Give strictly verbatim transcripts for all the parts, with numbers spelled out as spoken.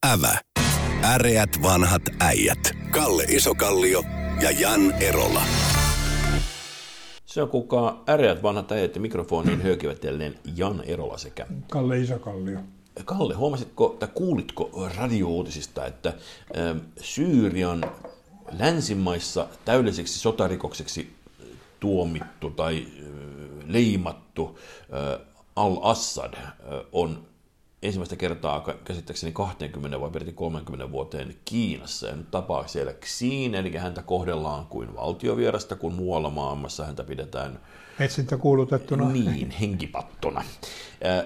Ävä. Äreät vanhat äijät. Kalle Isokallio ja Jan Erola. Se on kukaan äreät vanhat äijät ja mikrofoniin höykivät jälleen Jan Erola sekä Kalle Isokallio. Kalle, huomasitko tai kuulitko radio-uutisista, että ä, Syyrian länsimaissa täydelliseksi sotarikokseksi tuomittu tai ä, leimattu ä, Al-Assad ä, on ensimmäistä kertaa käsittääkseni kaksikymmentä vai peräti kolmekymmentä vuoteen Kiinassa, ja nyt tapaa siellä Xiin, eli häntä kohdellaan kuin valtiovierasta, kun muualla maailmassa häntä pidetään etsintä kuulutettuna. Niin, henkipattona. Ä, ä,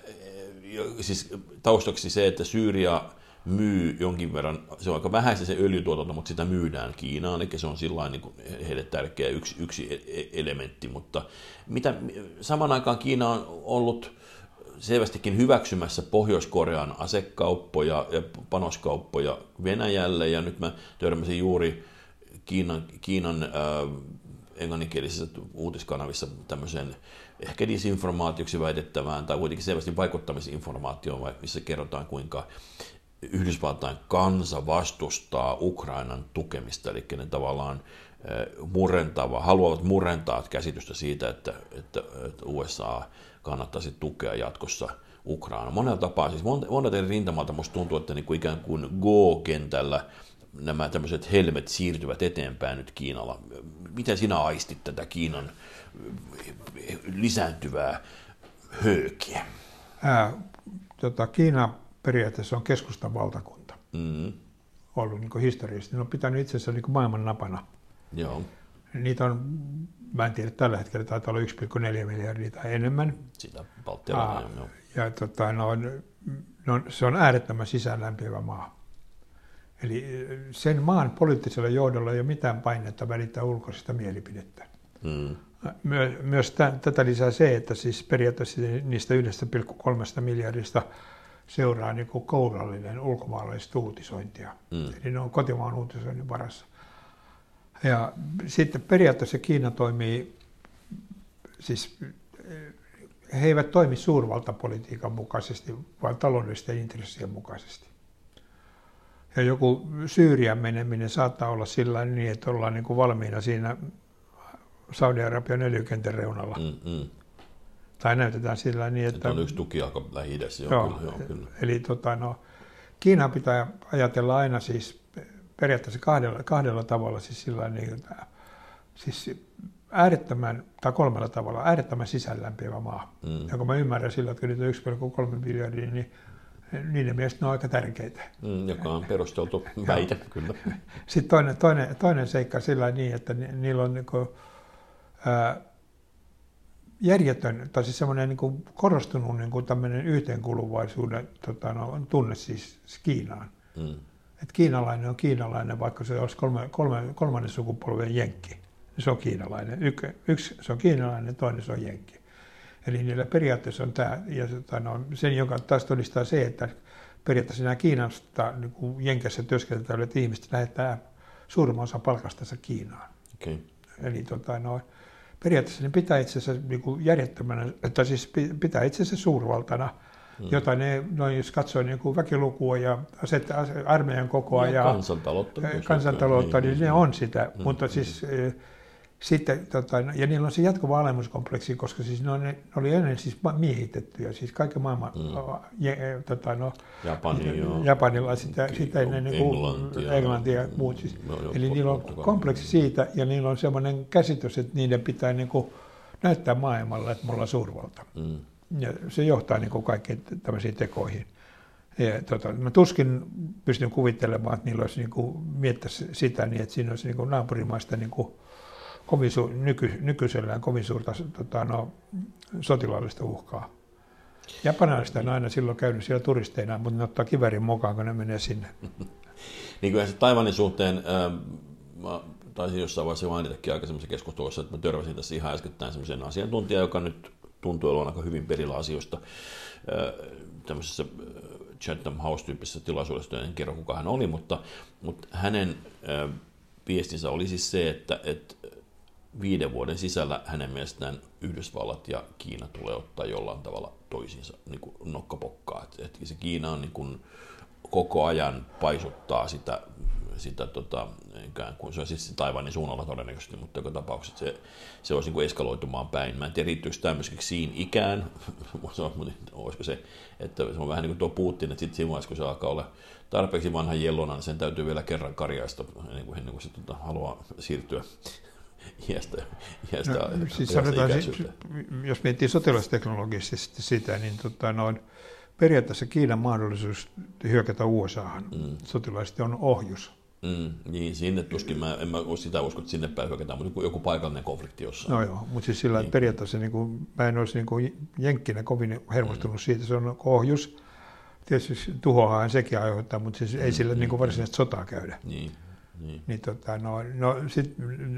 siis taustaksi se, että Syyria myy jonkin verran, se on aika vähäistä se öljytuotanto, mutta sitä myydään Kiinaan, eli se on sillain niin kuin heille tärkeä yksi, yksi elementti, mutta mitä, saman aikaan Kiina on ollut selvästikin hyväksymässä Pohjois-Korean asekauppoja ja panoskauppoja Venäjälle, ja nyt mä törmäsin juuri Kiinan, Kiinan äh, englanninkielisissä uutiskanavissa tämmöiseen ehkä disinformaatioksi väitettävään tai kuitenkin selvästi vaikuttamisinformaatioon, missä kerrotaan, kuinka Yhdysvaltain kansa vastustaa Ukrainan tukemista, eli ne tavallaan murentava, haluavat murentaa käsitystä siitä, että, että, että U S A kannattaisi tukea jatkossa Ukraina. Monella tapaa, siis monelta eri rintamalta musta tuntuu, että niin kuin ikään kuin Go-kentällä nämä tämmöiset helmet siirtyvät eteenpäin nyt Kiinalla. Miten sinä aistit tätä Kiinan lisääntyvää höökiä? Ää, tota, Kiina periaatteessa on keskustan valtakunta. Mm. Ollut niin historiallisesti. Ne on pitänyt itse asiassa niin maailman napana. Joo. Niitä on, mä en tiedä, tällä hetkellä taitaa olla yksi pilkku neljä miljardia tai enemmän. Sitä Baltialainen, Aa, joo. Ja tota, no, no, se on äärettömän sisäänlämpiävä maa. Eli sen maan poliittisella johdolla ei ole mitään painetta välittää ulkoisesta mielipidettä. Mm. Myös, myös t- tätä lisää se, että siis periaatteessa niistä yksi pilkku kolme miljardista seuraa niin kuin kourallinen ulkomaalaista uutisointia. Mm. Eli ne on kotimaan uutisoinnin varassa. Ja sitten periaatteessa Kiina toimii, siis he eivät toimi suurvaltapolitiikan mukaisesti, vaan taloudellisten intressien mukaisesti. Ja joku Syyrian meneminen saattaa olla sillä niin, että ollaan niin kuin valmiina siinä Saudi-Arabian öljykentän reunalla. Mm-hmm. Tai näytetään sillä niin, että... Se on yksi tukijalka Lähi-idässä. Joo, joo, kyllä, joo, kyllä. Eli tota, no, Kiina pitää ajatella aina siis periaatteessa kahdella, kahdella tavalla, siis sillä niin, että siis äärettömän, tai kolmella tavalla, äärettömän sisäänlämpiävä maa. Mm. Ja kun mä ymmärrän sillä, että nyt on yksi pilkku kolme miljardia, niin niiden mielestä ne on aika tärkeitä. Mm, joka on perusteltu väite, kyllä. Sitten toinen, toinen, toinen seikka sillä niin, että ni, niillä on niin kuin, ää, järjetön, tai siis semmoinen niin kuin korostunut niin kuin tämmöinen yhteenkuuluvaisuuden tota, no, tunne siis Kiinaan. Mm. Että kiinalainen on kiinalainen, vaikka se olisi kolme, kolme, kolmannen sukupolven jenkki. Se on kiinalainen. Yksi, yksi se on kiinalainen, toinen se on jenkki. Eli niillä periaatteessa on tämä, ja no, sen joka taas todistaa se, että periaatteessa nämä Kiinasta niin jenkessä työskentelevät ihmiset lähettää suurimman osa palkastansa Kiinaan. Okay. Eli tota, no, periaatteessa ne pitää itse asiassa niin kuin järjettömänä, että siis pitää itse asiassa suurvaltana, mm. jota ne, no jos katsoo niin kuin väkilukua ja aset, armeijan kokoa ja, ja kansantaloutta, kansantaloutta niin, niin ne on sitä, mm. mutta mm. siis sitten, tota, ja niillä on se jatkuva alemuskompleksi, koska siis ne, on, ne oli ennen siis miehitettyjä, siis kaiken maailman, mm. je, tota, no, Japani, japanilaiset ja sitten ennen niin Englantia, Englantia ja muut. Siis. No, eli niillä on kompleksi siitä, ja niillä on semmoinen käsitys, että niiden pitää niin kuin näyttää maailmalla, että me ollaan suurvalta. Mm. Ja se johtaa niin kuin kaikkiin tämmöisiin tekoihin. Ja, tota, mä tuskin pystyn kuvittelemaan, että niillä olisi niin kuin miettäisi sitä niin, että siinä olisi niin kuin naapurimaista niin kuin kovin su- nyky- nykyisellään kovin suurta tota, no, sotilaallista uhkaa. Japanilaiset on aina silloin käynyt siellä turisteina, mutta ne ottaa kivärin mukaan, kun ne menee sinne. Niin kuin se Taiwanin suhteen, äh, mä taisin jossain vaiheessa mainitakin aikaisemmassa keskustelussa, että mä törmäsin tässä ihan äskettäin sellaisen asiantuntijan, joka nyt tuntuu olevan aika hyvin perillä asioista äh, tämmöisessä Chatham House-tyyppisessä tilaisuudessa, en kerro kuka hän oli, mutta, mutta hänen äh, viestinsä oli siis se, että, että viiden vuoden sisällä hänen mielestään Yhdysvallat ja Kiina tulee ottaa jollain tavalla toisiinsa niin kuin nokkapokkaa. Et, et se Kiina on niin kuin koko ajan paisuttaa sitä, sitä tota, ikään kuin se on siis Taiwanin suunnalla todennäköisesti, mutta joka tapauksessa se, se olisi niin kuin eskaloitumaan päin. Mä en tiedä, riittyykö tämä myöskin siinä ikään, olisiko se, että se on vähän niin kuin tuo Putin, että sitten siinä vaiheessa, kun se alkaa olla tarpeeksi vanha jellona, niin sen täytyy vielä kerran karjaista, ennen kuin, ennen kuin se tota, haluaa siirtyä iästä, iästä no, siis sanotaan, jos miettii sotilasteknologisesti sitä, niin tota, noin, periaatteessa Kiinan mahdollisuus hyökätä U S A:han mm. sotilaisesti on ohjus. Mm, niin, sinne tuskin, mä en mä sitä usko, että sinne päin hyökätään, mutta joku paikallinen konflikti jossain. No joo, mutta siis sillä niin. periaatteessa niin kuin, mä en olisi niin kuin jenkkinä kovin hermostunut mm. siitä, se on ohjus. Tietysti tuhoahan sekin aiheuttaa, mutta siis mm, ei sillä mm, niin kuin varsinaisesti sotaa käydä. Niin. Niin. Niin, tota, no, no, sit,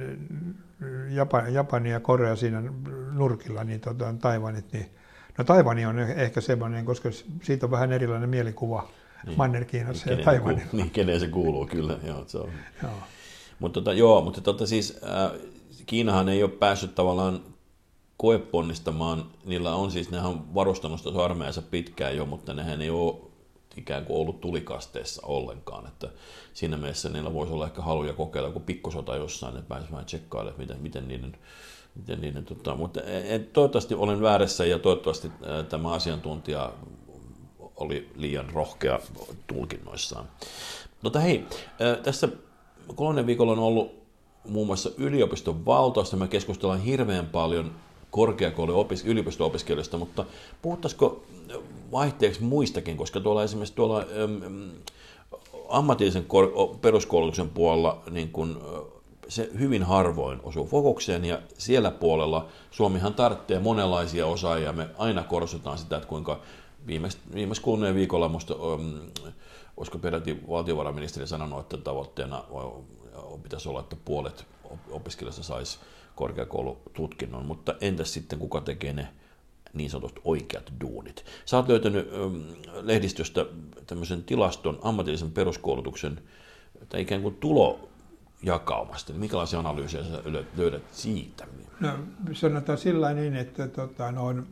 Japan, Japani ja Korea siinä nurkilla, niin tota, Taiwanit, niin, no Taiwani on ehkä semmoinen, koska siitä on vähän erilainen mielikuva niin. Manner-Kiinassa ja Taiwanilla. Niin, keneen se kuuluu kyllä. Joo, se on. Joo. Mutta tota, joo, mutta tota, siis, äh, Kiinahan ei ole päässyt tavallaan koeponnistamaan, niillä on siis, nehän on varustanut sitä armeijansa pitkään jo, mutta nehän ei ole ikään kuin ollut tulikasteessa ollenkaan, että siinä mielessä niillä voisi olla ehkä haluja kokeilla joku pikkosota jossain, että pääsisi vähän tsekkailemaan, miten, miten niiden, miten niiden tota, mutta et, toivottavasti olen väärässä ja toivottavasti ää, tämä asiantuntija oli liian rohkea tulkinnoissaan. Mutta hei, ää, tässä kolmannen viikolla on ollut muun muassa yliopiston valtausta, me keskustellaan hirveän paljon korkeakoulu- yliopisto-opiskelijoista, mutta puhuttaisiko vaihteeksi muistakin, koska tuolla esimerkiksi tuolla äm, ammatillisen kor- peruskoulutuksen puolella niin kun, se hyvin harvoin osuu fokukseen, ja siellä puolella Suomihan tarvitsee monenlaisia osaajia. Me aina korostetaan sitä, että kuinka viimeis, viimeis kuluneen viikolla musta, äm, olisiko peräti valtiovarainministeri sanonut, että tavoitteena pitäisi olla, että puolet opiskelijoista saisi korkeakoulututkinnon, mutta entäs sitten kuka tekee ne niin sanotut oikeat duunit? Sä oot löytänyt ähm, lehdistöstä tämmöisen tilaston ammatillisen peruskoulutuksen tai ikään kuin tulojakaumasta. Minkälaisia analyysejä sä löydät siitä? No, sanotaan sillä niin, että tota, noin,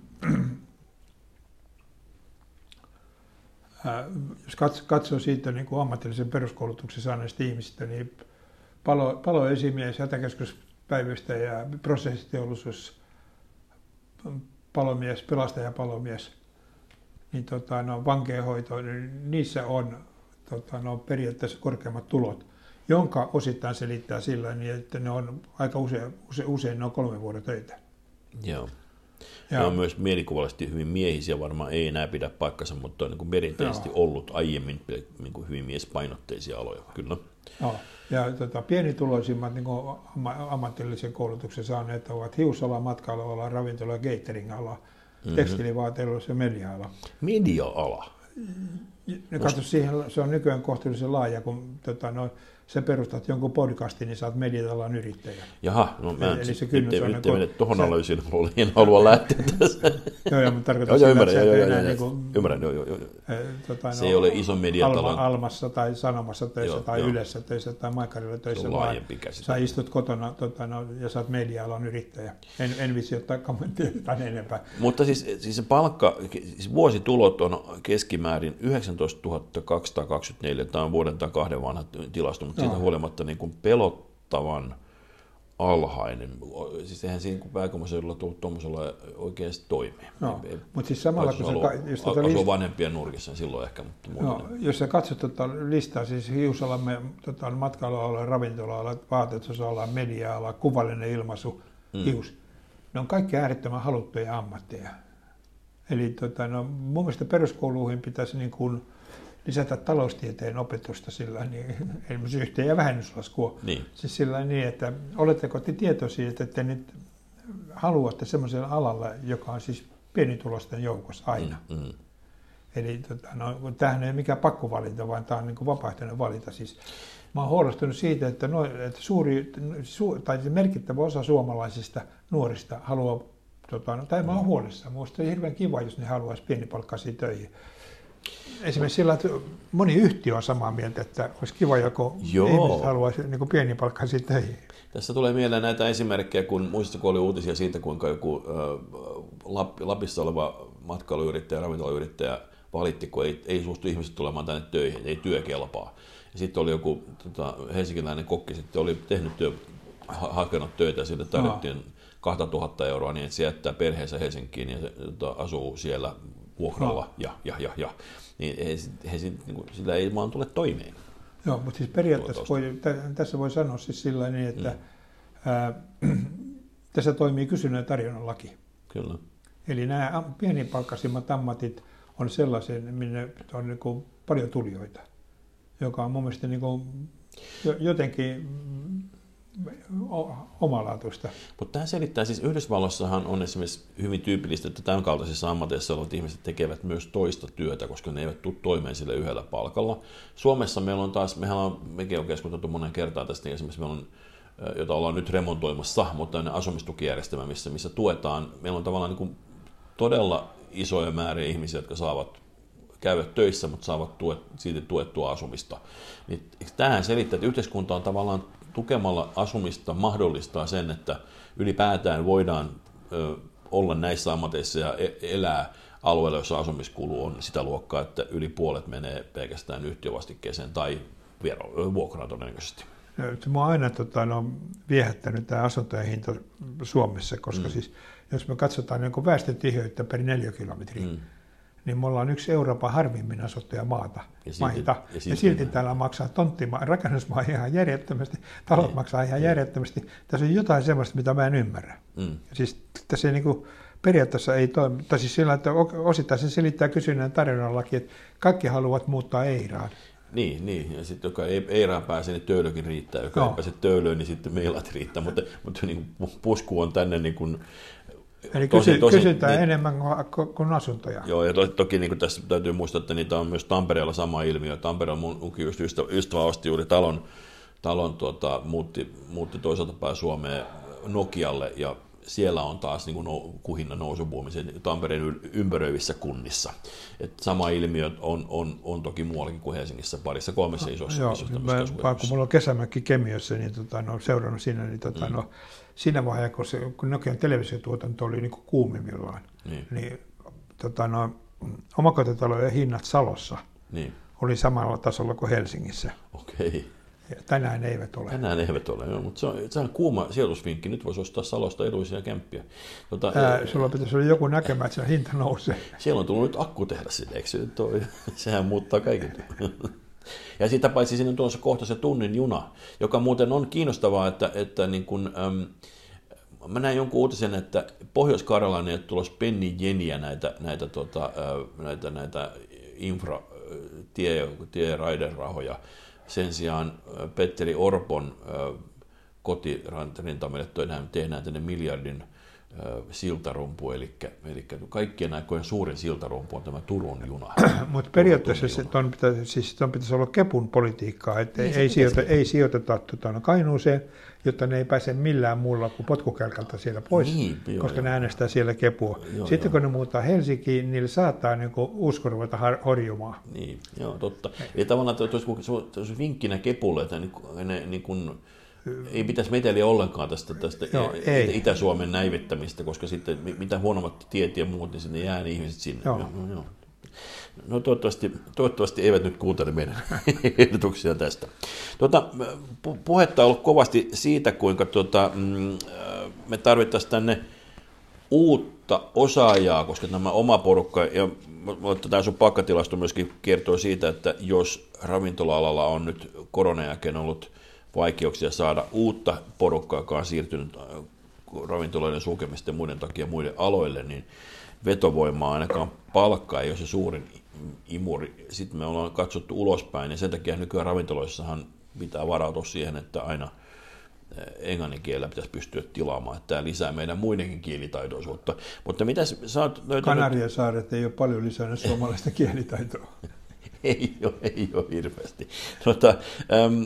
äh, jos katsoo, katsoo siitä niin kuin ammatillisen peruskoulutuksen saaneista ihmisistä, niin palo, paloesimies, hätäkeskuspäivystäjä, prosessiteollisuus, palomies, pelastajapalomies, niin tota, no, vankeenhoito, niin niissä on tota, no, periaatteessa korkeammat tulot, jonka osittain selittää sillä niin, että ne on aika usein, usein, usein ne on kolme vuoden töitä. Joo. Ja ne on myös mielikuvallisesti hyvin miehisiä, varmaan ei enää pidä paikkansa, mutta on niin kuin perinteisesti joo. ollut aiemmin niin kuin hyvin miespainotteisia aloja, kyllä. Joo. Ja tota, pienituloisimmat niin kuin ammatillisen koulutuksen saaneet ovat hiusala, matkailuala, ravintola- ja catering-ala, mm-hmm. tekstiilivaateilus ja media-ala. Media-ala? Ja katso, siihen, se on nykyään kohtuullisen laaja, kun tota, no, sä perustat jonkun podcastin, niin sä oot media-alan yrittäjä. Jaha, no mä en sitten mene tuohon analyysiin, en halua lähteä tässä. Joo, joo, mutta tarkoitan sitä, että sä et enää niin kuin... Ymmärrän, joo, joo, joo. Tota, se no, ei ole iso mediatalon... Alma, Almassa tai Sanomassa töissä joo, tai joo. Ylessä töissä tai Maikarilla töissä, vaan sä istut kotona tota, no, ja sä oot media-alan yrittäjä. En, en vissi ottaa kommenttia tai enempää. Mutta siis, siis se palkka, siis vuositulot on keskimäärin yhdeksäntoistatuhatta kaksisataakaksikymmentäneljä, tämä on vuoden tai kahden vanha tilasto, mutta siitä huolimatta niin kuin pelottavan alhainen. Siis eihän siinä kun pääkaupunkiseudulla tullut tuollaisella oikeasti toimeen. No, mutta siis samalla kun asua, se... Jos asua list... vanhempien nurkissa, niin silloin ehkä, mutta no, jos sä katsot tuota listaa, siis hiusalamme tuota, matkailuala, ravintola-ala, vaatetusala, media-ala, kuvallinen ilmaisu, mm. hius, ne on kaikki äärettömän haluttuja ammatteja. Eli tota, no, mun mielestä peruskouluihin pitäisi niin kuin lisätä taloustieteen opetusta sillä niin, esimerkiksi yhteen- ja vähennyslaskua. Niin. Siis sillä niin, että oletteko te tietoisia, että te nyt haluatte semmoisella alalla, joka on siis pienitulosten joukossa aina. Mm, mm. Eli tota, no, tämähän ei ole mikään pakkovalinta, vaan tämä on niin kuin vapaaehtoinen valinta. Siis, mä oon huolestunut siitä, että, no, että suuri, su, tai merkittävä osa suomalaisista nuorista haluaa, tota, no, tai mä oon huolissaan. Minusta on hirveän kiva, jos ne haluaisi pienipalkkaisia töihin. Esimerkiksi sillä, että moni yhtiö on samaa mieltä, että olisi kiva, joku ihmiset haluaisi niin pienipalkkaisia töihin. Tässä tulee mieleen näitä esimerkkejä, kun muistako kun oli uutisia siitä, kuinka joku äh, Lapissa oleva matkailuyrittäjä, ravintolayrittäjä valitti, kun ei, ei suostu ihmiset tulemaan tänne töihin, ei työ kelpaa. Ja sitten oli joku tota, helsinkiläinen kokki, sitten oli tehnyt työ, ha- hakenut töitä ja sille tarjottiin no. kaksituhatta euroa niin, että se jättää perheensä Helsinkiin ja se tota, asuu siellä vuokralla no. ja, ja, ja, ja. Niin he, he, he, niin kuin, sillä ei vaan tule toimeen. Joo, mutta siis periaatteessa voi, tässä voi sanoa siis sillä niin, että mm. ää, tässä toimii kysynnän ja tarjonnan laki. Kyllä. Eli nämä pienipalkkaisimmat ammatit on sellaisia, minne on niin kuin paljon tulijoita, joka on mun mielestä niin kuin jotenkin omalaatuista. Mutta tämä selittää, siis Yhdysvalloissahan on esimerkiksi hyvin tyypillistä, että tämän kaltaisissa ammateissa olevat ihmiset tekevät myös toista työtä, koska ne eivät tule toimeen sille yhdellä palkalla. Suomessa meillä on taas, mehän on, mekin on keskusteltu monen kertaa tästä, esimerkiksi meillä on, jota ollaan nyt remontoimassa, mutta on asumistukijärjestelmä, missä, missä tuetaan, meillä on tavallaan niin kuin todella isoja määriä ihmisiä, jotka saavat käydä töissä, mutta saavat tuet, siitä tuettua asumista. Niin, tämähän selittää, että yhteiskunta on tavallaan tukemalla asumista mahdollistaa sen, että ylipäätään voidaan ö, olla näissä ammateissa ja elää alueella, jossa asumiskulu on sitä luokkaa, että yli puolet menee pelkästään yhtiövastikkeeseen tai vuokraan todennäköisesti. Minua on aina tota, no, viehättänyt tämä asuntojen hinta Suomessa, koska mm. siis, jos me katsotaan niin väestötiheyttä per neliökilometri, mm. niin me ollaan yksi Euroopan harvimmin asuttuja maata, ja silti, maita, ja silti, ja silti täällä maksaa tonttimaa, rakennusmaa ihan järjettömästi, talot ei, maksaa ihan ei. järjettömästi. Tässä on jotain sellaista, mitä mä en ymmärrä. Mm. Siis tässä ei, niin kuin, periaatteessa ei toimi, tai siis sillä, että osittain se selittää kysynnän tarjonnan laki, että kaikki haluavat muuttaa Eiraan. Niin, niin, ja sitten joka ei Eiraan pääse, niin Töölökin riittää, joka no. ei pääse Töölöön, niin sitten meilat riittää, mutta, mutta niin kuin pusku on tänne niin kuin eli tosi, tosi, kysytään niin, enemmän kuin asuntoja. Joo, ja to, toki niin kuin tässä täytyy muistaa, että niitä on myös Tampereella sama ilmiö. Tampere on munkin just ystävä, ystävä osti juuri talon, talon tuota, muutti, muutti toisaalta päin Suomeen Nokialle, ja siellä on taas niin kuin no, kuhinna nousubuumi Tampereen ympäröivissä kunnissa. Et sama ilmiö on, on, on toki muuallakin kuin Helsingissä, parissa kolmessa isossa. Joo, mä, kun mulla on Kesämäki Kemiössä, niin tota, no, seurannut siinä, niin tota, mm. no, siinä vaiheessa, kun, se, kun Nokian televisiotuotanto oli niin kuin kuumimmillaan, niin, niin tota, no, omakotitalojen hinnat Salossa niin. oli samalla tasolla kuin Helsingissä. Okei. Ja tänään eivät ole. Tänään eivät ole, joo, mutta se on, se on kuuma sijoitusvinkki. Nyt voisi ostaa Salosta edullisia kämppiä. Tota, Ää, sulla pitäisi olla joku näkemä, että se hinta nousee. Siellä on tullut nyt akkutehdas sinne, eikö se toi? Sehän muuttaa kaiken. Ja sitä paitsi siinä on tuossa kohta se tunnin juna, joka muuten on kiinnostavaa, että, että niin kun, äm, mä näin jonkun uutisen, että Pohjois-Karjalaan ei tulossa penni jeniä näitä, näitä, tota, äh, näitä, näitä infra, tie, tie- ja raiderahoja. Sen sijaan Petteri Orpon kotirintamille tehdään tänne miljardin siltarumpu, eli, eli kaikkien aikojen suurin siltarumpu on tämä Turun juna. Mutta periaatteessa se ton pitäisi, siis ton pitäisi olla Kepun politiikkaa, että niin, ei, sijoita, ei sijoiteta tuota, Kainuuseen, jotta ne ei pääse millään muulla kuin potkukelkalta siellä pois, niin, joo, koska joo. ne äänestää siellä Kepua. Joo, Sitten joo. kun ne muuttaa Helsinkiin, niille saattaa niin usko ruveta horjumaan. Niin, joo, totta. Eli tavallaan olisi vinkkinä Kepulle, että ne, ne, niin kun, ei pitäisi meteliä ollenkaan tästä, tästä joo, Itä-Suomen näivettämistä, koska sitten mitä huonommat tiet ja muut, niin sinne jää ne ihmiset sinne. Joo. Joo, joo. No toivottavasti, toivottavasti eivät nyt kuuntele meidän ehdotuksia tästä. Tuota, puhetta on ollut kovasti siitä, kuinka tuota, me tarvittaisiin tänne uutta osaajaa, koska tämä oma porukka, ja tämä sun pakkatilasto myöskin kertoo siitä, että jos ravintola-alalla on nyt koronan jälkeen ollut vaikeuksia saada uutta porukkaa, joka on siirtynyt ravintoloiden sulkemisten ja muiden takia muiden aloille, niin vetovoimaa ainakaan palkka ei ole se suurin imuri. Sitten me ollaan katsottu ulospäin, ja sen takia nykyään ravintoloissahan pitää varautua siihen, että aina englannin kielellä pitäisi pystyä tilaamaan, että tämä lisää meidän muidenkin kielitaitoisuutta. Mutta mitä sä oot löytänyt? Kanarian saaret ei ole paljon lisännyt suomalaista kielitaitoa. ei ole, ei ole hirveästi. Tota, ähm,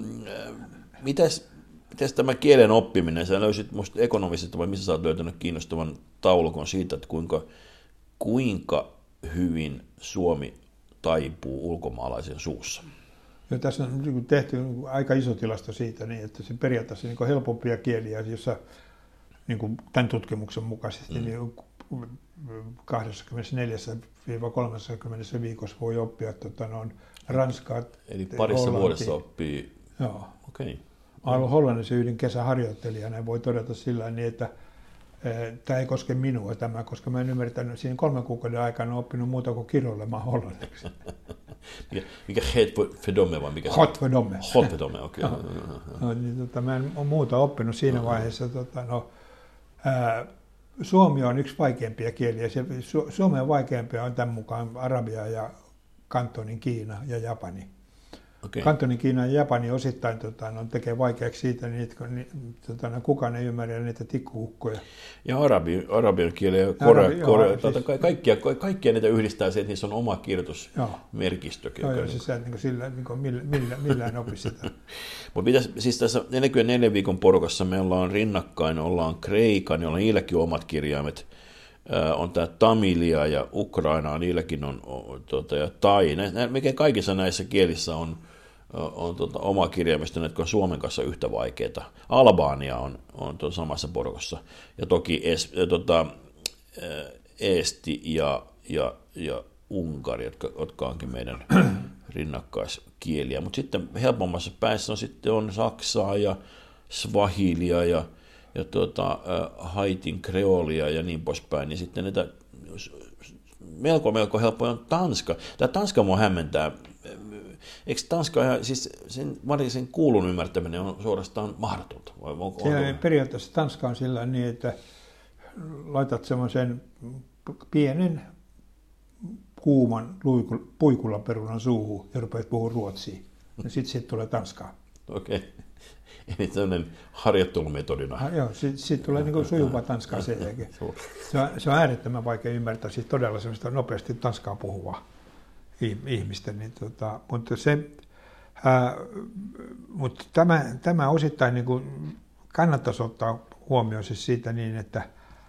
mitäs, mitäs tämä kielen oppiminen? Sä löysit musta ekonomisesta, vai missä sä oot löytänyt kiinnostavan taulukon siitä, että kuinka, kuinka hyvin Suomi taipuu ulkomaalaisen suussa? No, tässä on tehty aika iso tilasto siitä, niin että se periaatteessa niin helpompia kieliä, jossa niin kuin tämän tutkimuksen mukaisesti mm. niin kaksikymmentäneljä kolmekymmentä viikossa voi oppia tota, noin ranskaa. Eli parissa hollantia. Vuodessa oppii? Joo. Okei. Mä olen Hollannissa yhden kesäharjoittelijana ja voi todeta sillä niin, että e, tämä ei koske minua tämä, koska mä en ymmärtänyt, siinä kolmen kuukauden aikana oppinut muuta kuin kirjoilemaan hollanniksi. mikä, mikä het för domme vai mikä? Hot för domme. Hot för domme, okei. Okay. No, niin, tota, mä en ole muuta oppinut siinä vaiheessa. Tota, no, ää, suomi on yksi vaikeimpia kieliä. Se, su, Suomen vaikeimpia on tämän mukaan arabia ja kantonin Kiina ja Japani. Okay. Kantonin Kiina ja Japani osittain tota, no, tekee vaikeaksi siitä, niitä, ni, tota, no, kukaan ei ymmärrä niitä tikkuukkoja. Ja arabi, arabian kieli ja korea, Arabi, korea, joo, tuota, siis, kaikkia, kaikkia niitä yhdistää se, että niissä on oma kirjoitusmerkistö. Joo, joo, siis sä et niin sillä, niin millä, millä, millään opi sitä. Mutta siis tässä neljäkymmentäneljä viikon porukassa me ollaan rinnakkain, ollaan Kreikan, jolla on niilläkin omat kirjaimet. Äh, on tämä Tamilia ja Ukrainaa, niilläkin on, on tuota, ja Tai. Mikä kaikissa näissä kielissä on on tuota, oma kirjaimisto, jotka on Suomen kanssa yhtä vaikeita. Albania on, on tuota samassa porukassa. Ja toki es, tuota, Eesti ja, ja, ja Unkari, jotka, jotka onkin meidän rinnakkaiskieliä. Mutta sitten helpommassa päässä on, sitten on Saksaa ja Swahilia ja, ja tuota, Haitin kreolia ja niin poispäin. Niin sitten näitä melko, melko helppoja on Tanska. Tämä Tanska mua hämmentää. Eikö Tanska, siis sen, sen kuulun ymmärtäminen on suorastaan mahdotonta? Vai onko, onko... Periaatteessa Tanska on sillä niin, että laitat semmoisen pienen kuuman puikulaperunan suuhun ja rupeat puhumaan ruotsia. Ja sitten siitä tulee Tanskaa. Okei. Okay. Eli tämmöinen harjoittelumetodina. Ha, joo, siitä sit tulee niin sujuvaa Tanskaa sen jälkeen. Se on, se on äärettömän vaikea ymmärtää, siis todella semmoista nopeasti Tanskaa puhuvaa ihmistä. Niin tota, mutta se, ää, mutta tämä, tämä osittain niin kuin kannattaisi ottaa huomioon siis siitä niin, että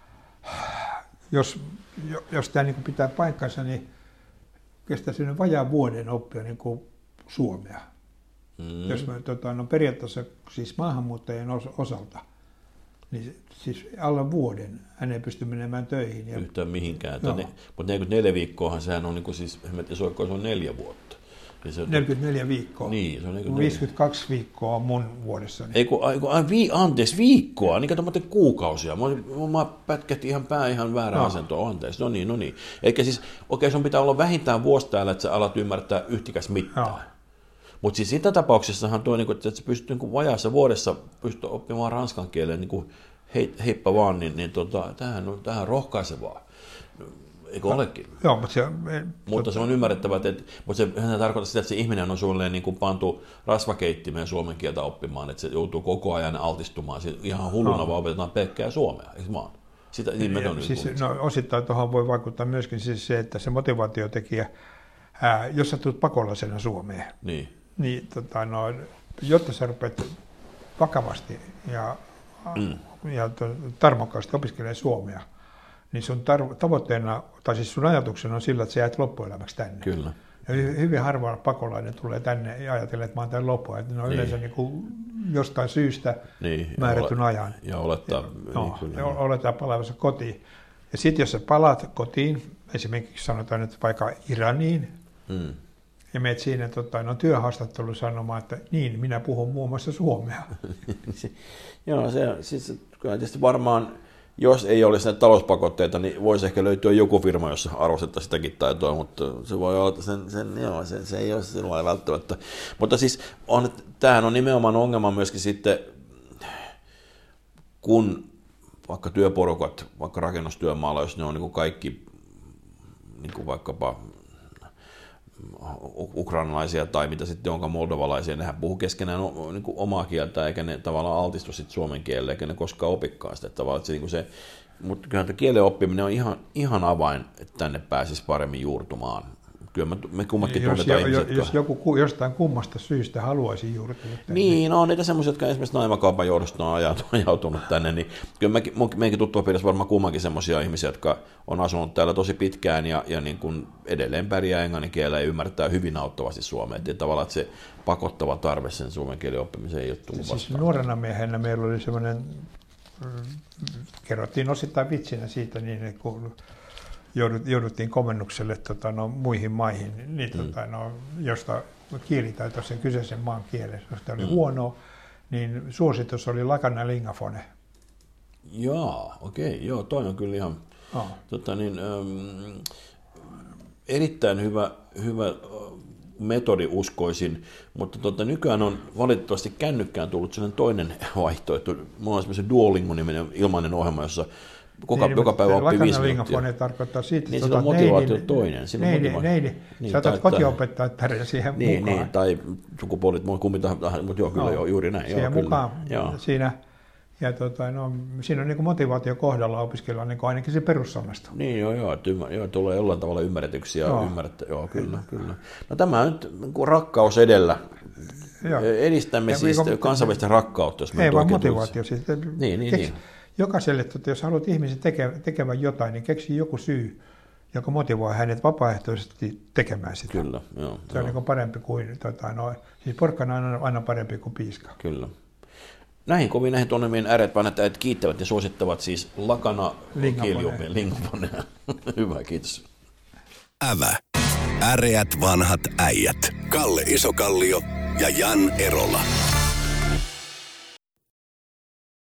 jos, jos tämä niin kuin pitää paikkansa, niin kestää sinne vajaa vuoden oppia niin kuin suomea. Mm. Jos me tota, no periaatteessa siis maahanmuuttajien osalta, niin siis alle vuoden hän ei pysty menemään töihin. Ja... Yhtään mihinkään. No. Ne, mutta neljäkymmentäneljä viikkoahan sehän on, niin kuin siis, se on neljä vuotta. Se on, neljäkymmentäneljä viikkoa. Niin, se on neljäkymmentäneljä. viisikymmentäkaksi viikkoa on mun vuodessani. Ei kun, ai, ai, vi, anteeksi, viikkoa, niin kato mä tein kuukausia. Mä, mä pätkähtin ihan pää ihan väärään no. asentoon, anteeksi. No niin, no niin. Eikä siis, okei, sun pitää olla vähintään vuosi täällä, että sä alat ymmärtää yhtikäs mitään. No. Mutta siis sitä tapauksessahan tuo, että sä pystyt niin vajaassa vuodessa pystyt oppimaan ranskan kielen niin hei, heippa vaan, niin, niin tota, tämähän on, tämähän on rohkaisevaa. Eikö no, olekin? Joo, mutta se, mutta se on ymmärrettävää, että, mutta se tarkoittaa sitä, että se ihminen on suunnilleen niin kuin pantu rasvakeittimeen suomen kieltä oppimaan, että se joutuu koko ajan altistumaan. Ihan hulluna no. vaan opetetaan pelkkää suomea, eikö vaan? Sitä, niin ja, siis, no, osittain tuohon voi vaikuttaa myöskin siis se, että se motivaatiotekijä, ää, jos sä tulet pakolaisena Suomeen, niin, niin tota, no, jotta sä rupeat vakavasti ja, mm. ja tarmokkaasti opiskelemaan suomea, niin sun tar- tavoitteena, tai siis sun ajatuksena on sillä, että sä jäät loppuelämäksi tänne. Kyllä. Ja hyvin harva pakolainen tulee tänne ja ajattelee, että mä oon täällä loppuun. Että ne on niin. yleensä niin kuin jostain syystä niin, määrätyn ole, ajan. Ja olettaa, ja, niin, no, kyllä, ja olettaa palaavansa kotiin. Ja sitten jos sä palaat kotiin, esimerkiksi sanotaan nyt vaikka Iraniin, mm. ja meet siinä tota, no, työhaastattelu sanomaan, että niin, minä puhun muun muassa suomea. Joo, se siis kyllä tietysti varmaan, jos ei olisi näitä talouspakotteita, niin voisi ehkä löytyä joku firma, jossa arvostettaisiin sitäkin taitoa, mutta se voi olla, että sen, sen, joo, se, se ei ole silloin välttämättä. Mutta siis on, tämähän on nimenomaan ongelma myöskin sitten, kun vaikka työporukat, vaikka rakennustyömaalla, jos ne on niin kuin kaikki niin kuin vaikkapa ukrainalaisia tai mitä sitten onkaan moldovalaisia, nehän puhuu keskenään niin kuin omaa kieltä, eikä ne tavallaan altistu sitten suomen kielelle, eikä ne koskaan opikaan sitä tavallaan, että se, niin kuin se, mutta kyllähän kielen oppiminen on ihan, ihan avain, että tänne pääsisi paremmin juurtumaan. Kyllä me, me kummatkin jos, tunnetaan jo, ihmiset, jos joku jostain kummasta syystä haluaisi juurtua tänne. Niin, no on niitä semmoisia, jotka esimerkiksi naimakaupan johdosta on ajautunut tänne, niin kyllä mekin, meidänkin tuttua piirissä varmaan kummankin semmoisia ihmisiä, jotka on asunut täällä tosi pitkään ja, ja niin kuin edelleen pärjää englannin kielellä ja ymmärtää hyvin auttavasti suomea. Että tavallaan että se pakottava tarve sen suomen kielen oppimiseen ei ole tullut vastaan. Siis nuorena miehenä meillä oli semmoinen kerrottiin osittain vitsinä siitä, niin kun jouduttiin komennukselle tota, no, muihin maihin, niin, mm. tota, no, josta kielitaito sen kyseisen maan kielessä, josta oli mm. huonoa, niin suositus oli lakana lingafone. Jaa, okei, okay, joo, toi on kyllä ihan oh. tota, niin, ähm, erittäin hyvä, hyvä metodi uskoisin, mutta tota, nykyään on valitettavasti kännykkään tullut sellainen toinen vaihtoehto. Mulla on semmoisen Duolingo-niminen ilmainen ohjelma, jossa Joka, niin, joka päivä oppii viisi minuuttia. Tarkoittaa siitä, niin sillä on motivaatio toinen. Neini, neini, neini. Niin, sä otat kotiopettajat siihen niin, mukaan. Niin, tai sukupuolit, kumpi tahansa, mutta joo, kyllä, no, joo, juuri näin. Siihen joo, mukaan joo. siinä, ja tota, no, siinä on niin kuin motivaatio kohdalla opiskella niin kuin ainakin se perussamasta. Niin, joo, joo, että ymmär, joo, tulee jollain tavalla ymmärretyksi ja no. ymmärrettä, joo, kyllä, kyllä. No tämä on nyt rakkaus edellä. Joo. Edistämme ja siis viikon, kansainvälistä rakkautta, jos me ei vaan motivaatio. Siis, niin, niin, keks, niin. Jokaiselle, että jos haluat ihmisen teke, tekevän jotain, niin keksi joku syy, joka motivoi hänet vapaaehtoisesti tekemään sitä. Kyllä, joo. Se on joo. niin parempi kuin, tota, no, siis porkkana on aina parempi kuin piiska. Kyllä. Näihin kovin näihin tunnelmiin ääret vanhat äijät kiittävät ja suosittavat siis lakana kieliopin lingoponea. Hyvä, kiitos. Ävä. Äreät vanhat äijät. Kalle Isokallio ja Jan Erola.